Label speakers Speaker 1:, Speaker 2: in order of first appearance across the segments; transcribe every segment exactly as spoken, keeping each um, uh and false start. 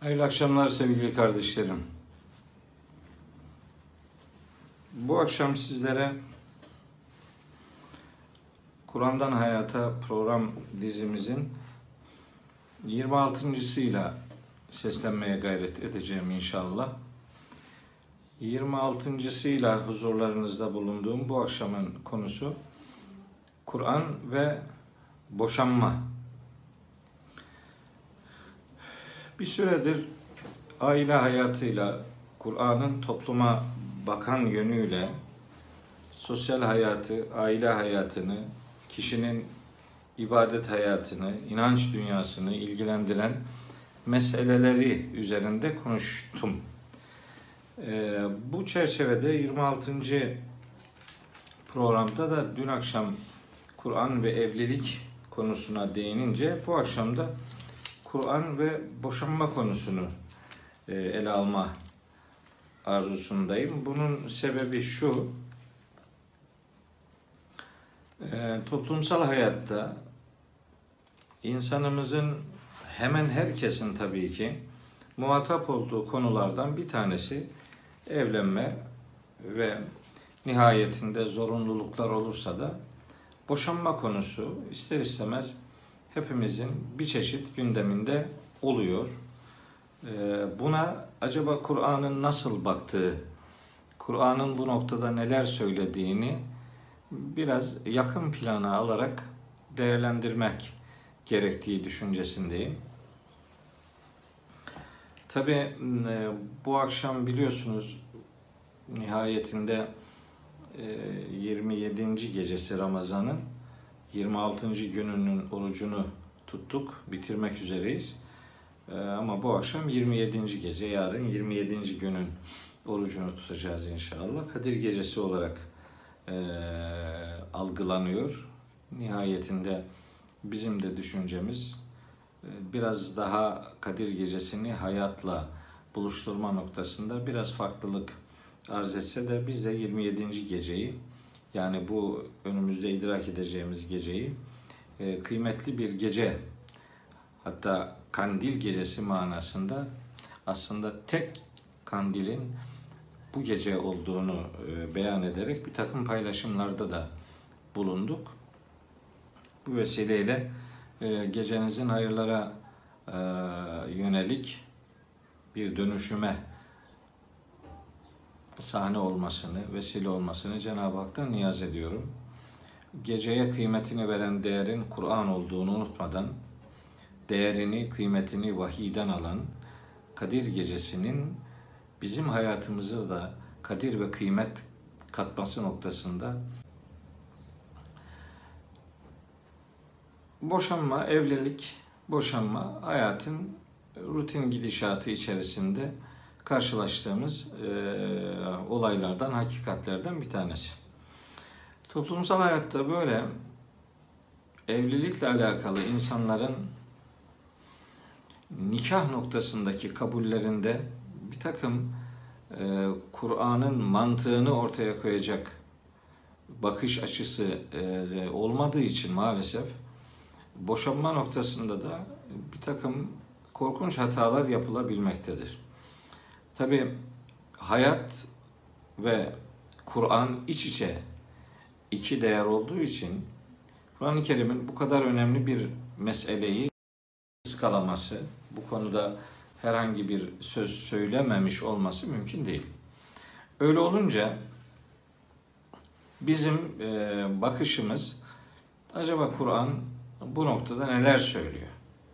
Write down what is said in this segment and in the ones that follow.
Speaker 1: Hayırlı akşamlar sevgili kardeşlerim. Bu akşam sizlere Kur'an'dan Hayata program dizimizin yirmi altıncısıyla seslenmeye gayret edeceğim inşallah. yirmi altıncısıyla huzurlarınızda bulunduğum bu akşamın konusu Kur'an ve boşanma. Bir süredir aile hayatıyla, Kur'an'ın topluma bakan yönüyle sosyal hayatı, aile hayatını, kişinin ibadet hayatını, inanç dünyasını ilgilendiren meseleleri üzerinde konuştum. Ee, bu çerçevede yirmi altıncı programda da dün akşam Kur'an ve evlilik konusuna değinince bu akşam da Kur'an ve boşanma konusunu e, ele alma arzusundayım. Bunun sebebi şu: e, toplumsal hayatta insanımızın, hemen herkesin tabii ki muhatap olduğu konulardan bir tanesi evlenme ve nihayetinde zorunluluklar olursa da boşanma konusu ister istemez hepimizin bir çeşit gündeminde oluyor. Buna acaba Kur'an'ın nasıl baktığı, Kur'an'ın bu noktada neler söylediğini biraz yakın plana alarak değerlendirmek gerektiği düşüncesindeyim. Tabii bu akşam biliyorsunuz nihayetinde yirmi yedinci gecesi Ramazan'ın yirmi altıncı gününün orucunu tuttuk, bitirmek üzereyiz. Ama bu akşam yirmi yedinci gece, yarın yirmi yedinci günün orucunu tutacağız inşallah. Kadir Gecesi olarak e, algılanıyor. Nihayetinde bizim de düşüncemiz e, biraz daha Kadir Gecesi'ni hayatla buluşturma noktasında biraz farklılık arz etse de biz de yirmi yedinci geceyi, yani bu önümüzde idrak edeceğimiz geceyi e, kıymetli bir gece, hatta kandil gecesi manasında aslında tek kandilin bu gece olduğunu e, beyan ederek bir takım paylaşımlarda da bulunduk. Bu vesileyle e, gecenizin hayırlara e, yönelik bir dönüşüme sahne olmasını, vesile olmasını Cenab-ı Hak'tan niyaz ediyorum. Geceye kıymetini veren değerin Kur'an olduğunu unutmadan, değerini, kıymetini vahiyden alan Kadir Gecesi'nin bizim hayatımızı da kadir ve kıymet katması noktasında boşanma, evlilik, boşanma hayatın rutin gidişatı içerisinde karşılaştığımız e, olaylardan, hakikatlerden bir tanesi. Toplumsal hayatta böyle evlilikle alakalı insanların nikah noktasındaki kabullerinde bir takım e, Kur'an'ın mantığını ortaya koyacak bakış açısı e, olmadığı için maalesef boşanma noktasında da bir takım korkunç hatalar yapılabilmektedir. Tabii hayat ve Kur'an iç içe iki değer olduğu için Kur'an-ı Kerim'in bu kadar önemli bir meseleyi ıskalaması, bu konuda herhangi bir söz söylememiş olması mümkün değil. Öyle olunca bizim e, bakışımız, acaba Kur'an bu noktada neler söylüyor?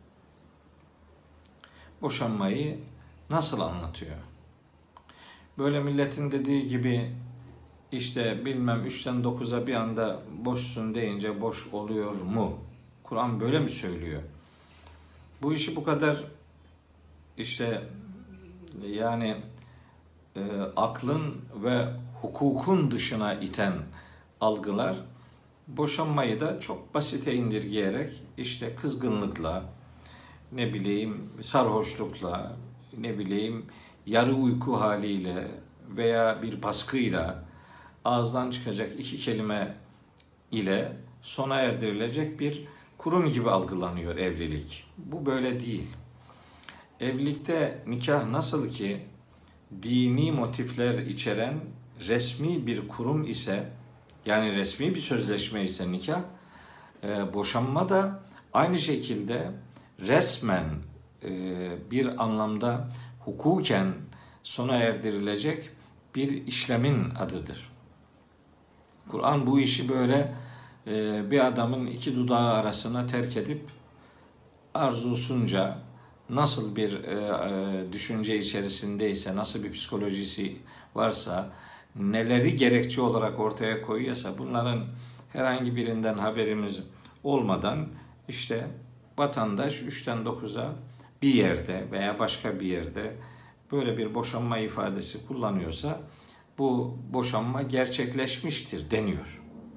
Speaker 1: Boşanmayı nasıl anlatıyor? Böyle milletin dediği gibi işte bilmem üçten dokuza bir anda boşsun deyince boş oluyor mu? Kur'an böyle mi söylüyor? Bu işi bu kadar işte yani e, aklın ve hukukun dışına iten algılar boşanmayı da çok basite indirgeyerek işte kızgınlıkla, ne bileyim sarhoşlukla, ne bileyim yarı uyku haliyle veya bir baskıyla ağızdan çıkacak iki kelime ile sona erdirilecek bir kurum gibi algılanıyor evlilik. Bu böyle değil. evlilikte nikah nasıl ki dini motifler içeren resmi bir kurum ise, yani resmi bir sözleşme ise nikah, e, boşanma da aynı şekilde resmen e, bir anlamda hukuken sona erdirilecek bir işlemin adıdır. Kur'an bu işi böyle e, bir adamın iki dudağı arasına terk edip arzusunca nasıl bir e, e, düşünce içerisindeyse, nasıl bir psikolojisi varsa, neleri gerekçe olarak ortaya koyuyorsa bunların herhangi birinden haberimiz olmadan işte vatandaş üçten dokuza bir yerde veya başka bir yerde böyle bir boşanma ifadesi kullanıyorsa bu boşanma gerçekleşmiştir deniyor.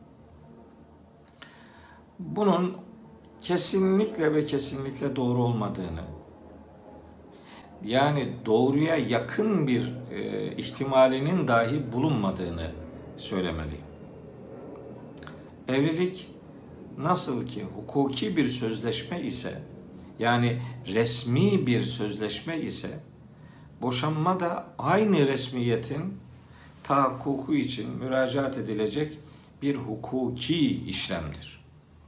Speaker 1: Bunun kesinlikle ve kesinlikle doğru olmadığını, yani doğruya yakın bir e, ihtimalinin dahi bulunmadığını söylemeliyim. Evlilik nasıl ki hukuki bir sözleşme ise, yani resmi bir sözleşme ise, boşanma da aynı resmiyetin tahakkuku için müracaat edilecek bir hukuki işlemdir.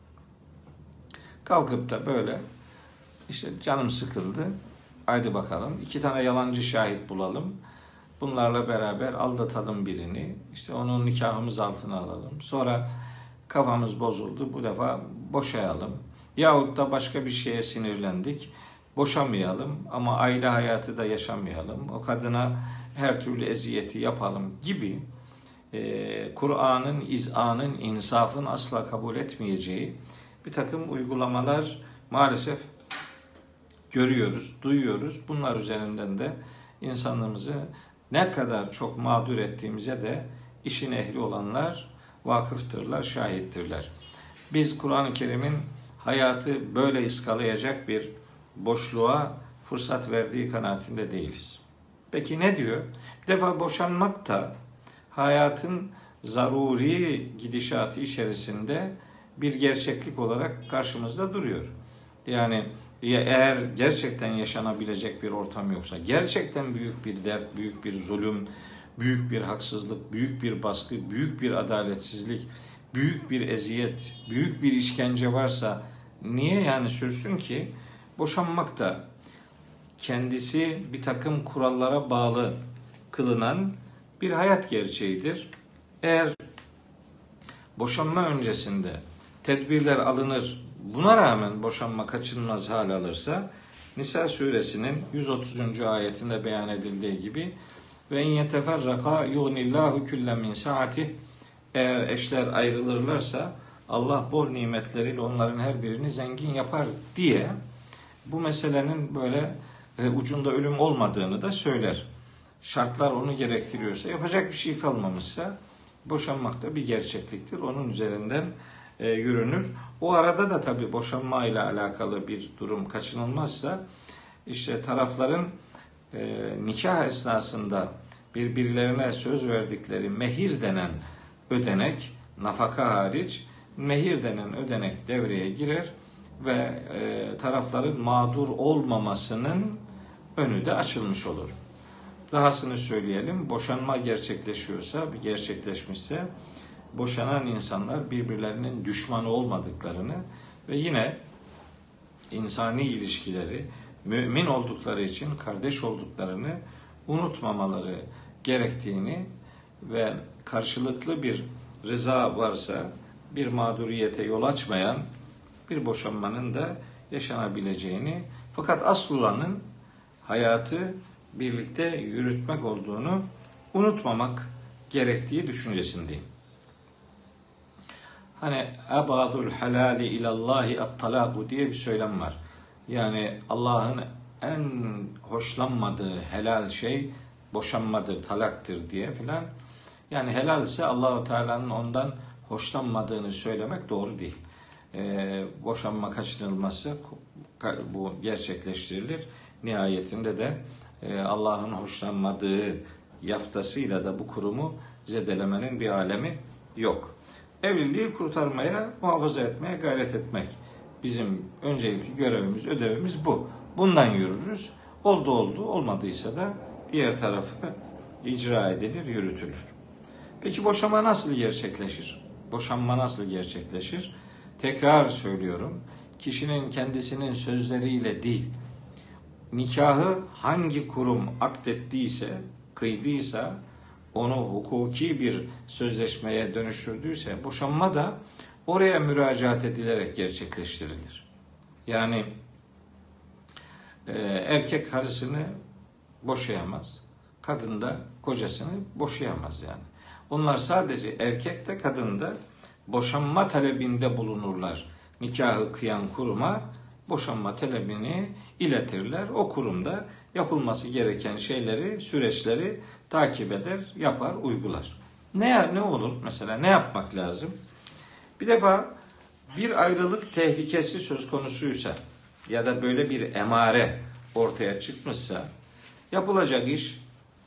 Speaker 1: Kalkıp da böyle işte canım sıkıldı, haydi bakalım iki tane yalancı şahit bulalım, bunlarla beraber aldatalım birini, işte onun nikahımız altına alalım, sonra kafamız bozuldu, bu defa boşayalım yahut da başka bir şeye sinirlendik, boşamayalım ama aile hayatı da yaşamayalım, o kadına her türlü eziyeti yapalım gibi e, Kur'an'ın, izanın, insafın asla kabul etmeyeceği bir takım uygulamalar maalesef görüyoruz, duyuyoruz. Bunlar üzerinden de insanlığımızı ne kadar çok mağdur ettiğimize de işin ehli olanlar vakıftırlar, şahittirler. Biz Kur'an-ı Kerim'in hayatı böyle ıskalayacak bir boşluğa fırsat verdiği kanaatinde değiliz. Peki ne diyor? Bir defa boşanmak da hayatın zaruri gidişatı içerisinde bir gerçeklik olarak karşımızda duruyor. Yani eğer gerçekten yaşanabilecek bir ortam yoksa, gerçekten büyük bir dert, büyük bir zulüm, büyük bir haksızlık, büyük bir baskı, büyük bir adaletsizlik, büyük bir eziyet, büyük bir işkence varsa niye yani sürsün ki? Boşanmak da kendisi bir takım kurallara bağlı kılınan bir hayat gerçeğidir. Eğer boşanma öncesinde tedbirler alınır, buna rağmen boşanma kaçınılmaz hal alırsa, Nisa suresinin yüz otuzuncu ayetinde beyan edildiği gibi ve in yeteferraka yugnillahu kullen min saatih, eğer eşler ayrılırlarsa Allah bol nimetleriyle onların her birini zengin yapar diye bu meselenin böyle e, ucunda ölüm olmadığını da söyler. Şartlar onu gerektiriyorsa, yapacak bir şey kalmamışsa boşanmak da bir gerçekliktir. Onun üzerinden e, yürünür. O arada da tabii boşanma ile alakalı bir durum kaçınılmazsa işte tarafların e, nikah esnasında birbirlerine söz verdikleri mehir denen ödenek, nafaka hariç mehir denen ödenek devreye girer ve e, tarafların mağdur olmamasının önü de açılmış olur. Dahasını söyleyelim, boşanma gerçekleşiyorsa, gerçekleşmişse boşanan insanlar birbirlerinin düşmanı olmadıklarını ve yine insani ilişkileri mümin oldukları için kardeş olduklarını unutmamaları gerektiğini ve karşılıklı bir rıza varsa bir mağduriyete yol açmayan bir boşanmanın da yaşanabileceğini, fakat asıl olanın hayatı birlikte yürütmek olduğunu unutmamak gerektiği düşüncesindeyim. Hani ebadul halali ilallahi at-talaku diye bir söylem var. Yani Allah'ın en hoşlanmadığı helal şey boşanmadır, talaktır diye filan. Yani helal ise Allahu Teala'nın ondan hoşlanmadığını söylemek doğru değil. Ee, boşanma kaçınılması bu gerçekleştirilir. Nihayetinde de e, Allah'ın hoşlanmadığı yaftasıyla da bu kurumu zedelemenin bir alemi yok. Evliliği kurtarmaya, muhafaza etmeye gayret etmek bizim öncelikli görevimiz, ödevimiz bu. Bundan yürürüz. Oldu oldu, olmadıysa da diğer tarafı icra edilir, yürütülür. Peki boşanma nasıl gerçekleşir? Boşanma nasıl gerçekleşir? Tekrar söylüyorum. Kişinin kendisinin sözleriyle değil, nikahı hangi kurum akdettiyse, kıydıysa, onu hukuki bir sözleşmeye dönüştürdüyse, boşanma da oraya müracaat edilerek gerçekleştirilir. Yani e, erkek karısını boşayamaz, kadın da kocasını boşayamaz yani. Onlar sadece erkek de kadın da boşanma talebinde bulunurlar. Nikahı kıyan kuruma boşanma talebini iletirler. O kurumda yapılması gereken şeyleri, süreçleri takip eder, yapar, uygular. Ne ne olur mesela? Ne yapmak lazım? Bir defa bir ayrılık tehlikesi söz konusuysa ya da böyle bir emare ortaya çıkmışsa yapılacak iş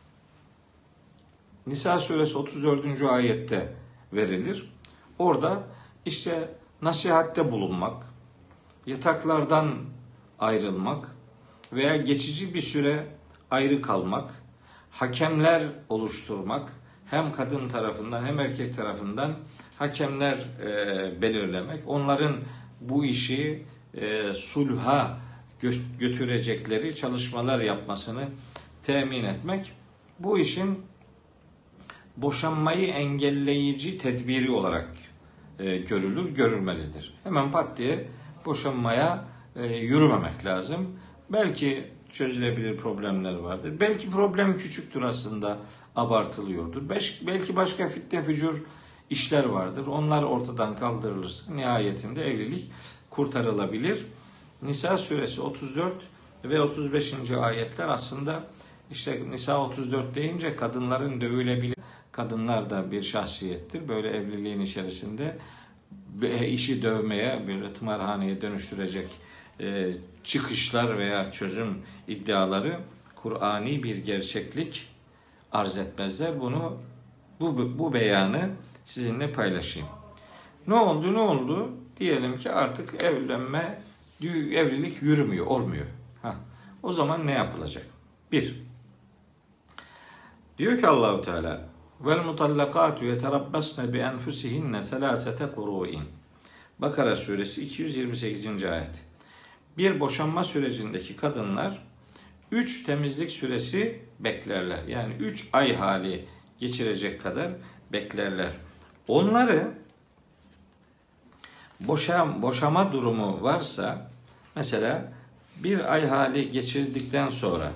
Speaker 1: Nisa suresi otuz dördüncü ayette verilir. Orada işte nasihatte bulunmak, yataklardan ayrılmak veya geçici bir süre ayrı kalmak, hakemler oluşturmak, hem kadın tarafından hem erkek tarafından hakemler e, belirlemek, onların bu işi e, sulha gö- götürecekleri çalışmalar yapmasını temin etmek, bu işin boşanmayı engelleyici tedbiri olarak e, görülür, görülmelidir. Hemen pat diye boşanmaya e, yürümemek lazım. Belki çözülebilir problemler vardır. Belki problem küçüktür aslında, abartılıyordur. Beş, belki başka fitne fücur işler vardır. Onlar ortadan kaldırılırsa nihayetinde evlilik kurtarılabilir. Nisa suresi otuz dört ve otuz beşinci ayetler aslında işte Nisa otuz dört deyince kadınların dövülebilir. Kadınlar da bir şahsiyettir. Böyle evliliğin içerisinde işi dövmeye, bir tımarhaneye dönüştürecek e, çıkışlar veya çözüm iddiaları Kur'ani bir gerçeklik arz etmezler. Bunu bu, bu beyanı sizinle paylaşayım. Ne oldu ne oldu? Diyelim ki artık evlenme, evlilik yürümüyor, olmuyor. Heh. O zaman ne yapılacak? Bir, diyor ki Allahu Teala: "Vel mutallakatu yeterabbasne bi enfusihinne selasete kuru'in." Bakara suresi iki yüz yirmi sekizinci ayet. Bir boşanma sürecindeki kadınlar üç temizlik süresi beklerler. Yani üç ay hali geçirecek kadar beklerler. Onları boşam, boşama durumu varsa, mesela bir ay hali geçirdikten sonra,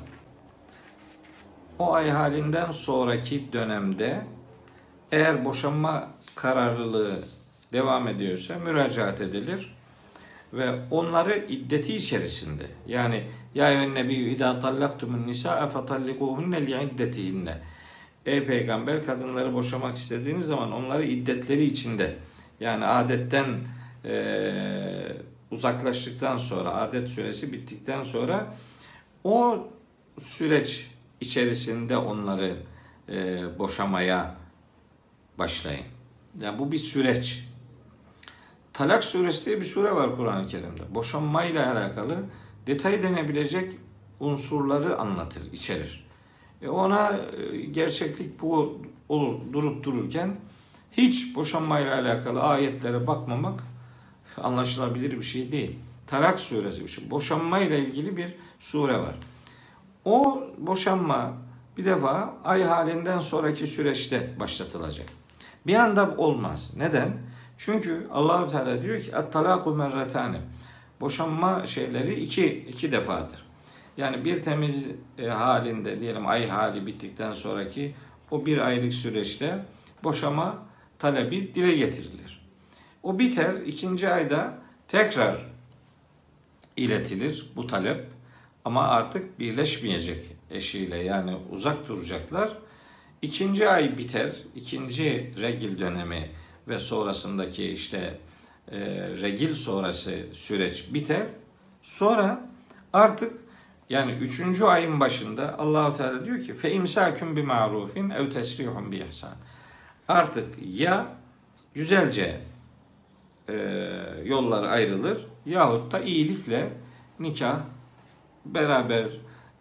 Speaker 1: o ay halinden sonraki dönemde eğer boşanma kararlılığı devam ediyorsa müracaat edilir ve onları iddeti içerisinde, yani ya eyyühen nebiyyü idâ tallaktumun nisâe fetallikuhunne liiddetihinne, ey peygamber, kadınları boşamak istediğiniz zaman onları iddetleri içinde, yani adetten e, uzaklaştıktan sonra, adet süresi bittikten sonra o süreç içerisinde onları e, boşamaya başlayın. Yani bu bir süreç. Talak suresi diye bir sure var Kur'an-ı Kerim'de. Boşanmayla alakalı detay denebilecek unsurları anlatır, içerir. E ona e, gerçeklik bu olur durup dururken hiç boşanmayla alakalı ayetlere bakmamak anlaşılabilir bir şey değil. Talak suresi bir şey. Boşanmayla ilgili bir sure var. O boşanma bir defa ay halinden sonraki süreçte başlatılacak. Bir anda olmaz. Neden? Çünkü Allahu Teala diyor ki "Et-talaku merretane." Boşanma şeyleri iki iki defadır. Yani bir temiz e, halinde, diyelim ay hali bittikten sonraki o bir aylık süreçte boşama talebi dile getirilir. O biter, ikinci ayda tekrar iletilir bu talep, ama artık birleşmeyecek eşiyle, yani uzak duracaklar. İkinci ay biter, ikinci regil dönemi ve sonrasındaki işte e, regil sonrası süreç biter. Sonra artık yani üçüncü ayın başında Allahu Teala diyor ki fe imsakun bi ma'rufin ev tesrihun bi ihsan. Artık ya güzelce e, yollar ayrılır yahut da iyilikle nikah, beraber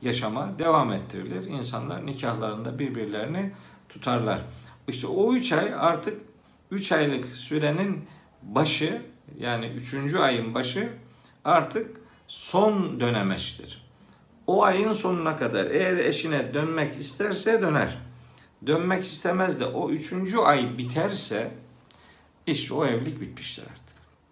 Speaker 1: yaşama devam ettirilir. İnsanlar nikahlarında birbirlerini tutarlar. İşte o üç ay artık üç aylık sürenin başı, yani üçüncü ayın başı artık son dönemeçtir. O ayın sonuna kadar eğer eşine dönmek isterse döner. Dönmek istemez de o üçüncü ay biterse işte o evlilik bitmiştir artık.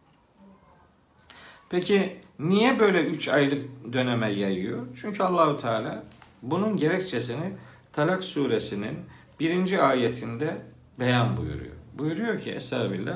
Speaker 1: Peki niye böyle üç aylık döneme yayıyor? Çünkü Allahu Teala bunun gerekçesini Talak suresinin birinci ayetinde beyan buyuruyor. Buyuruyor ki Estağfirullah.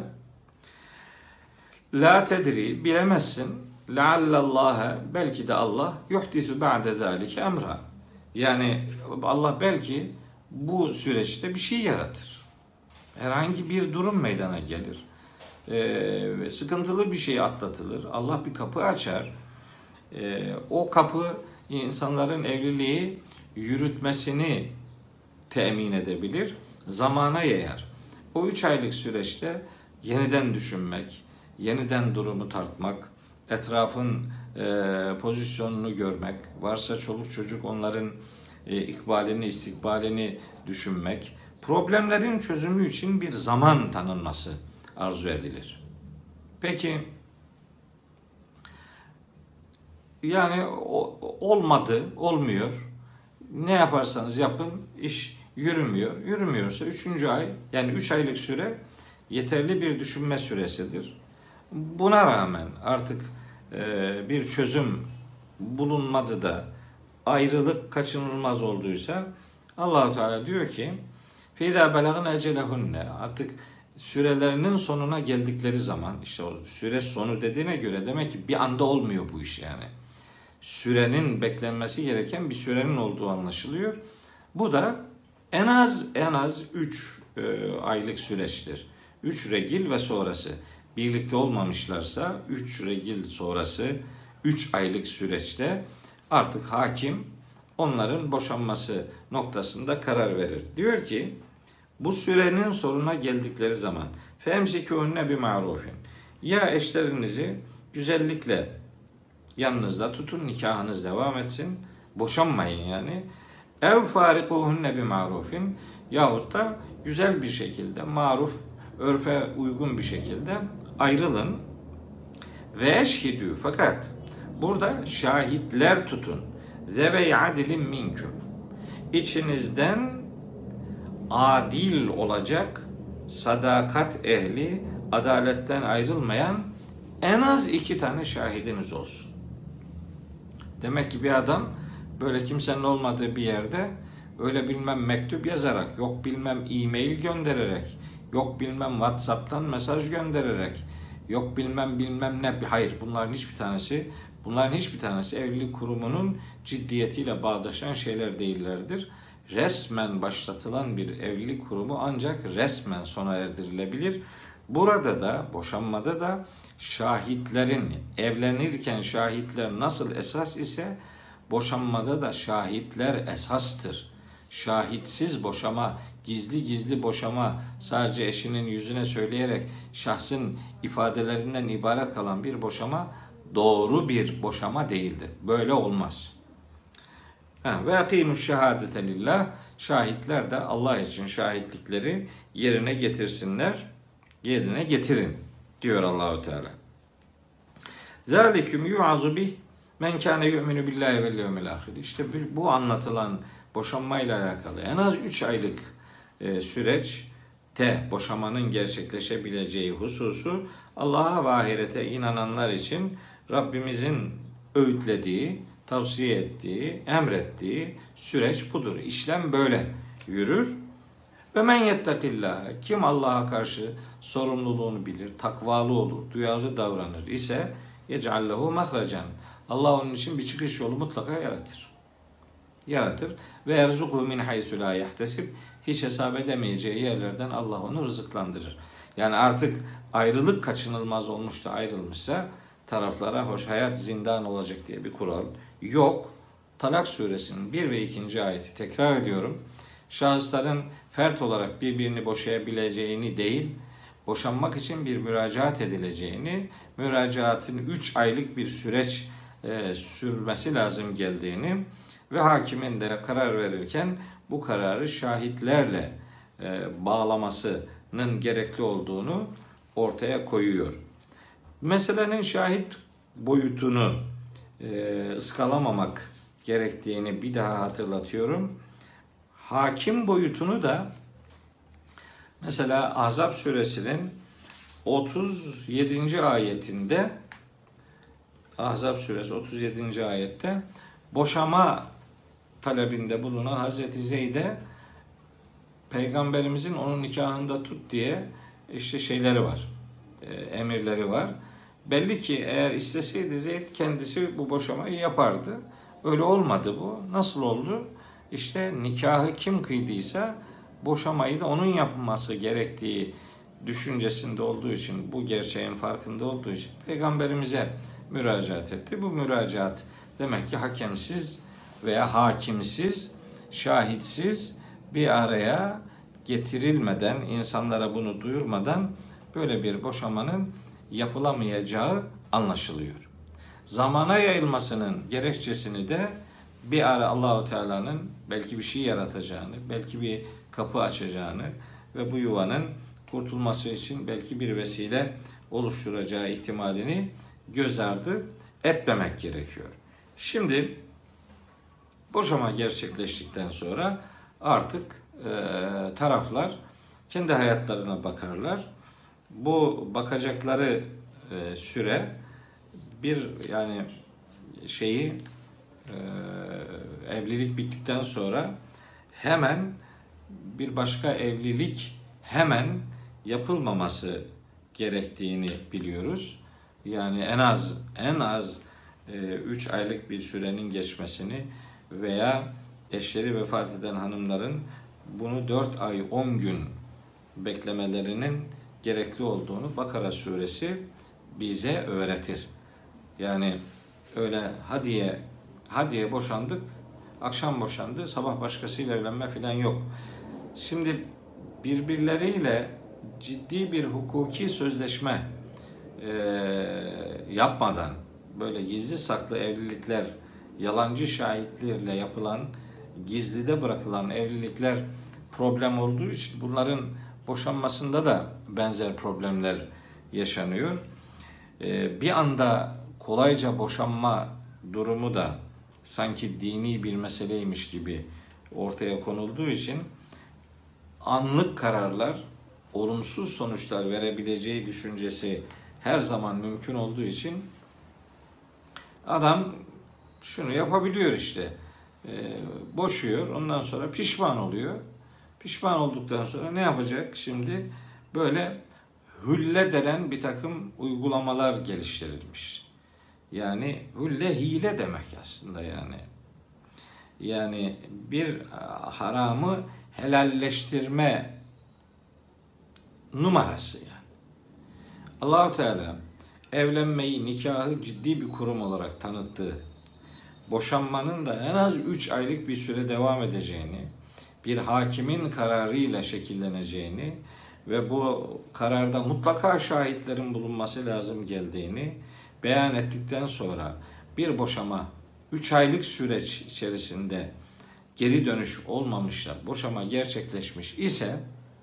Speaker 1: La tedri, bilemezsin. Leallallâhe, belki de Allah yuhdisu ba'de zâlike emra. Yani Allah belki bu süreçte bir şey yaratır. Herhangi bir durum meydana gelir. Ee, sıkıntılı bir şey atlatılır. Allah bir kapı açar. Ee, o kapı insanların evliliği yürütmesini temin edebilir. Zamana yayar. O üç aylık süreçte yeniden düşünmek, yeniden durumu tartmak, etrafın e, pozisyonunu görmek, varsa çoluk çocuk onların e, ikbalini, istikbalini düşünmek, problemlerin çözümü için bir zaman tanınması arzu edilir. Peki, yani o, olmadı, olmuyor. Ne yaparsanız yapın, iş yürümüyor. Yürümüyorsa üçüncü ay, yani üç aylık süre yeterli bir düşünme süresidir. Buna rağmen artık e, bir çözüm bulunmadı da ayrılık kaçınılmaz olduysa Allah-u Teala diyor ki فَاِذَا بَلَغْنَ اَجَلَهُنَّ, artık sürelerinin sonuna geldikleri zaman, işte o süre sonu dediğine göre demek ki bir anda olmuyor bu iş yani. Sürenin beklenmesi gereken bir sürenin olduğu anlaşılıyor. Bu da en az en az üç e, aylık süreçtir. üç regil ve sonrası. Birlikte olmamışlarsa üç regil sonrası üç aylık süreçte artık hakim onların boşanması noktasında karar verir. Diyor ki bu sürenin sonuna geldikleri zaman femsikûhunne bima'rufin, ya eşlerinizi güzellikle yanınızda tutun, nikahınız devam etsin, boşanmayın yani. Ev farikuhunne bima'rufin, yahut da güzel bir şekilde, maruf, örfe uygun bir şekilde ayrılın. Ve eşhidü, fakat burada şahitler tutun. Zeve adilin minküm, İçinizden adil olacak, sadakat ehli, adaletten ayrılmayan en az iki tane şahidiniz olsun. Demek ki bir adam böyle kimsenin olmadığı bir yerde öyle bilmem mektup yazarak, yok bilmem e-mail göndererek, yok bilmem WhatsApp'tan mesaj göndererek, yok bilmem bilmem ne, hayır, bunların hiçbir tanesi bunların hiçbir tanesi evlilik kurumunun ciddiyetiyle bağdaşan şeyler değillerdir. Resmen başlatılan bir evlilik kurumu ancak resmen sona erdirilebilir. Burada da, boşanmada da şahitlerin, evlenirken şahitler nasıl esas ise boşanmada da şahitler esastır. Şahitsiz boşama, gizli gizli boşama, sadece eşinin yüzüne söyleyerek şahsın ifadelerinden ibaret kalan bir boşama doğru bir boşama değildir. Böyle olmaz. Ve akimuş şehadete lillah, şahitler de Allah için şahitlikleri yerine getirsinler, yerine getirin diyor Allahu Teala. Zalikum yu'azu bih men kâne yu'minu billahi vel yevmil ahir. İşte bu anlatılan boşanmayla alakalı en az üç aylık e, süreçte boşamanın gerçekleşebileceği hususu Allah'a ve ahirete inananlar için Rabbimizin öğütlediği, tavsiye ettiği, emrettiği süreç budur. İşlem böyle yürür. Ve men yettakillah, kim Allah'a karşı sorumluluğunu bilir, takvalı olur, duyarlı davranır ise yec'allehu mahracan. Allah onun için bir çıkış yolu mutlaka yaratır. Yaratır. Ve erzukuhu min haysu la yahtesib, hiç hesap edemeyeceği yerlerden Allah onu rızıklandırır. Yani artık ayrılık kaçınılmaz olmuş da ayrılmışsa taraflara hoş hayat zindan olacak diye bir kural yok. Talak suresinin bir ve ikinci ayeti, tekrar ediyorum, şahısların fert olarak birbirini boşayabileceğini değil, boşanmak için bir müracaat edileceğini, müracaatın üç aylık bir süreç e, sürmesi lazım geldiğini ve hakimin de karar verirken bu kararı şahitlerle e, bağlamasının gerekli olduğunu ortaya koyuyor. Meselenin şahit boyutunu e, ıskalamamak gerektiğini bir daha hatırlatıyorum. Hakim boyutunu da mesela Ahzab suresinin otuz yedinci ayetinde, Ahzab suresi otuz yedinci ayette boşama talebinde bulunan Hazreti Zeyd'e Peygamberimizin onun nikahında tut diye işte şeyleri var, emirleri var. Belli ki eğer isteseydi Zeyd kendisi bu boşamayı yapardı. Öyle olmadı bu. Nasıl oldu? İşte nikahı kim kıydıysa boşamayı da onun yapılması gerektiği düşüncesinde olduğu için, bu gerçeğin farkında olduğu için Peygamberimize müracaat etti. Bu müracaat demek ki hakemsiz veya hakimsiz, şahitsiz bir araya getirilmeden, insanlara bunu duyurmadan böyle bir boşamanın yapılamayacağı anlaşılıyor. Zamana yayılmasının gerekçesini de bir ara Allahu Teala'nın belki bir şey yaratacağını, belki bir kapı açacağını ve bu yuvanın kurtulması için belki bir vesile oluşturacağı ihtimalini göz ardı etmemek gerekiyor. Şimdi boşama gerçekleştikten sonra artık e, taraflar kendi hayatlarına bakarlar. Bu bakacakları e, süre bir yani şeyi e, evlilik bittikten sonra hemen bir başka evlilik hemen yapılmaması gerektiğini biliyoruz. Yani en az en az üç aylık bir sürenin geçmesini veya eşleri vefat eden hanımların bunu dört ay on gün beklemelerinin gerekli olduğunu Bakara suresi bize öğretir. Yani öyle hadiye hadiye boşandık, akşam boşandı, sabah başkasıyla evlenme falan yok. Şimdi birbirleriyle ciddi bir hukuki sözleşme e, yapmadan böyle gizli saklı evlilikler, yalancı şahitlerle yapılan, gizlide bırakılan evlilikler problem olduğu için bunların boşanmasında da benzer problemler yaşanıyor. E, bir anda kolayca boşanma durumu da sanki dini bir meseleymiş gibi ortaya konulduğu için anlık kararlar, olumsuz sonuçlar verebileceği düşüncesi her zaman mümkün olduğu için adam şunu yapabiliyor işte, e, boşuyor, ondan sonra pişman oluyor. Pişman olduktan sonra ne yapacak? Şimdi böyle hülle denen bir takım uygulamalar geliştirilmiş. Yani hülle hile demek aslında yani. Yani bir haramı helalleştirme numarası yani. Allah-u Teala evlenmeyi, nikahı ciddi bir kurum olarak tanıttığı, boşanmanın da en az üç aylık bir süre devam edeceğini, bir hakimin kararıyla şekilleneceğini ve bu kararda mutlaka şahitlerin bulunması lazım geldiğini beyan ettikten sonra bir boşama üç aylık süreç içerisinde geri dönüş olmamışla boşama gerçekleşmiş ise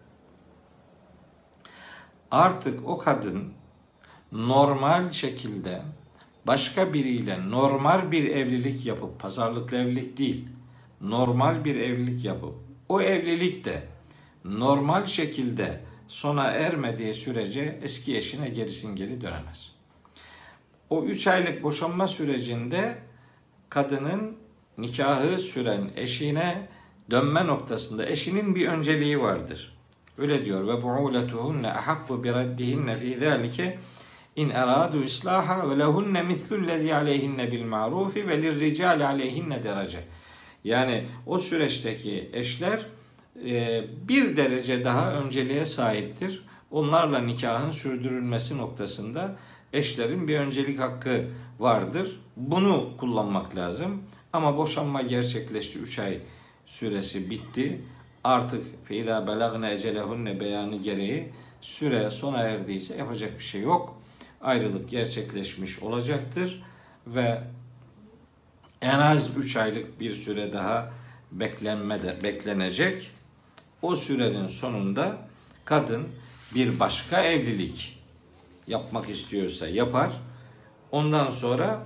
Speaker 1: artık o kadın normal şekilde başka biriyle normal bir evlilik yapıp, pazarlıklı evlilik değil, normal bir evlilik yapıp o evlilik de normal şekilde sona ermediği sürece eski eşine gerisin geri dönemez. O üç aylık boşanma sürecinde kadının nikahı süren eşine dönme noktasında eşinin bir önceliği vardır. Öyle diyor ve bu'ulatuhunne ahakku bi raddihinne fi zalike in aradu islaha ve lehunne mislullezî aleyhinne bil ma'rufi ve lirricâli aleyhinne derece. Yani o süreçteki eşler bir derece daha önceliğe sahiptir. Onlarla nikahın sürdürülmesi noktasında eşlerin bir öncelik hakkı vardır. Bunu kullanmak lazım. Ama boşanma gerçekleşti. üç ay süresi bitti. Artık feyda belagne ecelehunne beyanı gereği süre sona erdiyse yapacak bir şey yok. Ayrılık gerçekleşmiş olacaktır ve en az üç aylık bir süre daha beklenme de, beklenecek. O sürenin sonunda kadın bir başka evlilik yapmak istiyorsa yapar. Ondan sonra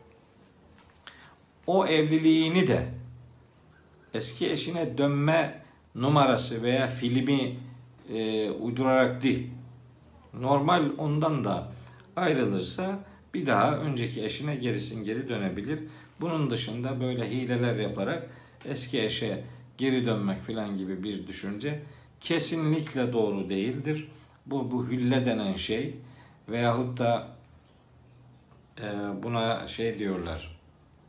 Speaker 1: o evliliğini de eski eşine dönme numarası veya filmi e, uydurarak değil, normal ondan da ayrılırsa bir daha önceki eşine gerisin geri dönebilir. Bunun dışında böyle hileler yaparak eski eşe geri dönmek filan gibi bir düşünce kesinlikle doğru değildir. Bu, bu hülle denen şey veyahut da e, buna şey diyorlar,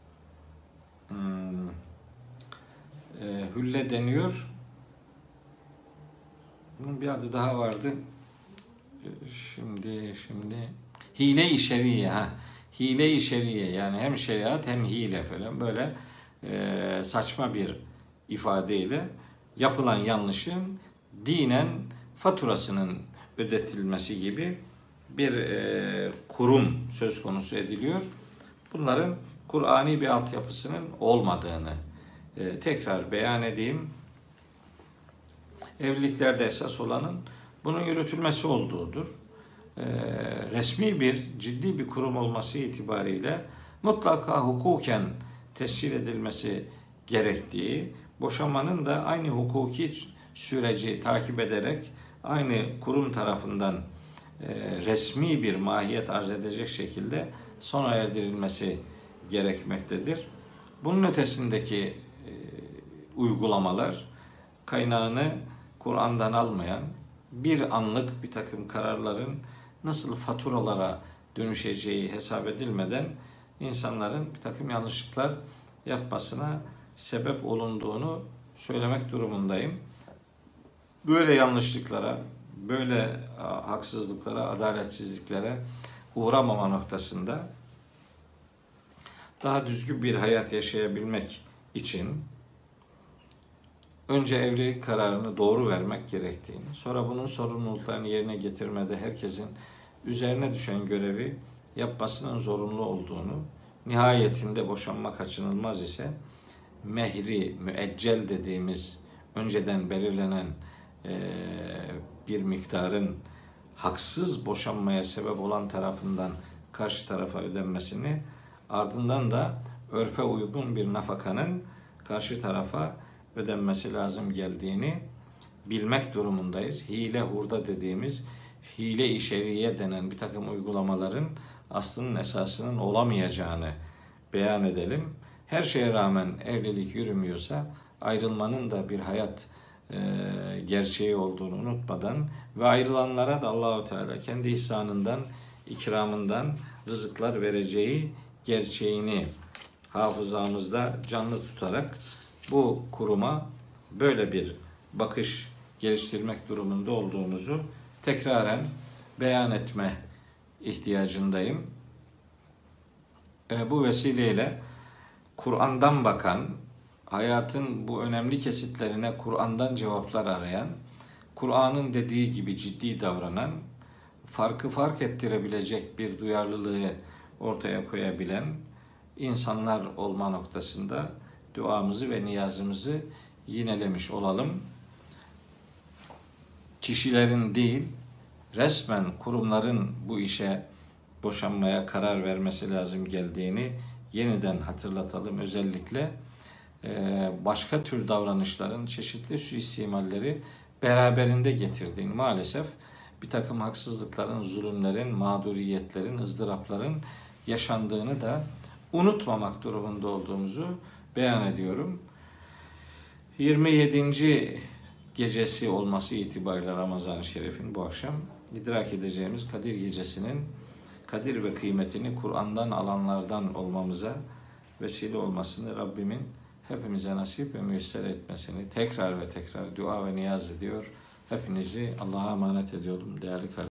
Speaker 1: hmm, e, hülle deniyor. Bunun bir adı daha vardı. Şimdi şimdi hile-i şeriye, ha hile-i şeriye, yani hem şeriat hem hile falan, böyle e, saçma bir ifadeyle yapılan yanlışın dinen faturasının ödetilmesi gibi bir e, kurum söz konusu ediliyor. Bunların Kur'ani bir altyapısının olmadığını e, tekrar beyan edeyim. Evliliklerde esas olanın bunun yürütülmesi olduğudur. Ee, resmi bir, ciddi bir kurum olması itibariyle mutlaka hukuken tescil edilmesi gerektiği, boşanmanın da aynı hukuki süreci takip ederek aynı kurum tarafından e, resmi bir mahiyet arz edecek şekilde sona erdirilmesi gerekmektedir. Bunun ötesindeki e, uygulamalar kaynağını Kur'an'dan almayan, bir anlık bir takım kararların nasıl faturalara dönüşeceği hesap edilmeden insanların bir takım yanlışlıklar yapmasına sebep olunduğunu söylemek durumundayım. Böyle yanlışlıklara, böyle haksızlıklara, adaletsizliklere uğramama noktasında daha düzgün bir hayat yaşayabilmek için önce evlilik kararını doğru vermek gerektiğini, sonra bunun sorumluluklarını yerine getirmede herkesin üzerine düşen görevi yapmasının zorunlu olduğunu, nihayetinde boşanma kaçınılmaz ise mehri, müeccel dediğimiz önceden belirlenen e, bir miktarın haksız boşanmaya sebep olan tarafından karşı tarafa ödenmesini, ardından da örfe uygun bir nafakanın karşı tarafa ödenmesi lazım geldiğini bilmek durumundayız. Hile hurda dediğimiz, hile-i şeriye denen bir takım uygulamaların aslının esasının olamayacağını beyan edelim. Her şeye rağmen evlilik yürümüyorsa ayrılmanın da bir hayat e, gerçeği olduğunu unutmadan ve ayrılanlara da Allahu Teala kendi ihsanından, ikramından rızıklar vereceği gerçeğini hafızamızda canlı tutarak bu kuruma böyle bir bakış geliştirmek durumunda olduğumuzu tekraren beyan etme ihtiyacındayım. E, bu vesileyle Kur'an'dan bakan, hayatın bu önemli kesitlerine Kur'an'dan cevaplar arayan, Kur'an'ın dediği gibi ciddi davranan, farkı fark ettirebilecek bir duyarlılığı ortaya koyabilen insanlar olma noktasında duamızı ve niyazımızı yinelemiş olalım. Kişilerin değil, resmen kurumların bu işe boşanmaya karar vermesi lazım geldiğini yeniden hatırlatalım. Özellikle başka tür davranışların çeşitli suistimalleri beraberinde getirdiğini, maalesef bir takım haksızlıkların, zulümlerin, mağduriyetlerin, ızdırapların yaşandığını da unutmamak durumunda olduğumuzu beyan ediyorum. yirmi yedinci gecesi olması itibariyle Ramazan-ı Şerif'in bu akşam idrak edeceğimiz Kadir Gecesi'nin kadir ve kıymetini Kur'an'dan alanlardan olmamıza vesile olmasını Rabbimin hepimize nasip ve müyesser etmesini tekrar ve tekrar dua ve niyaz ediyor. Hepinizi Allah'a emanet ediyorum değerli kardeşlerim.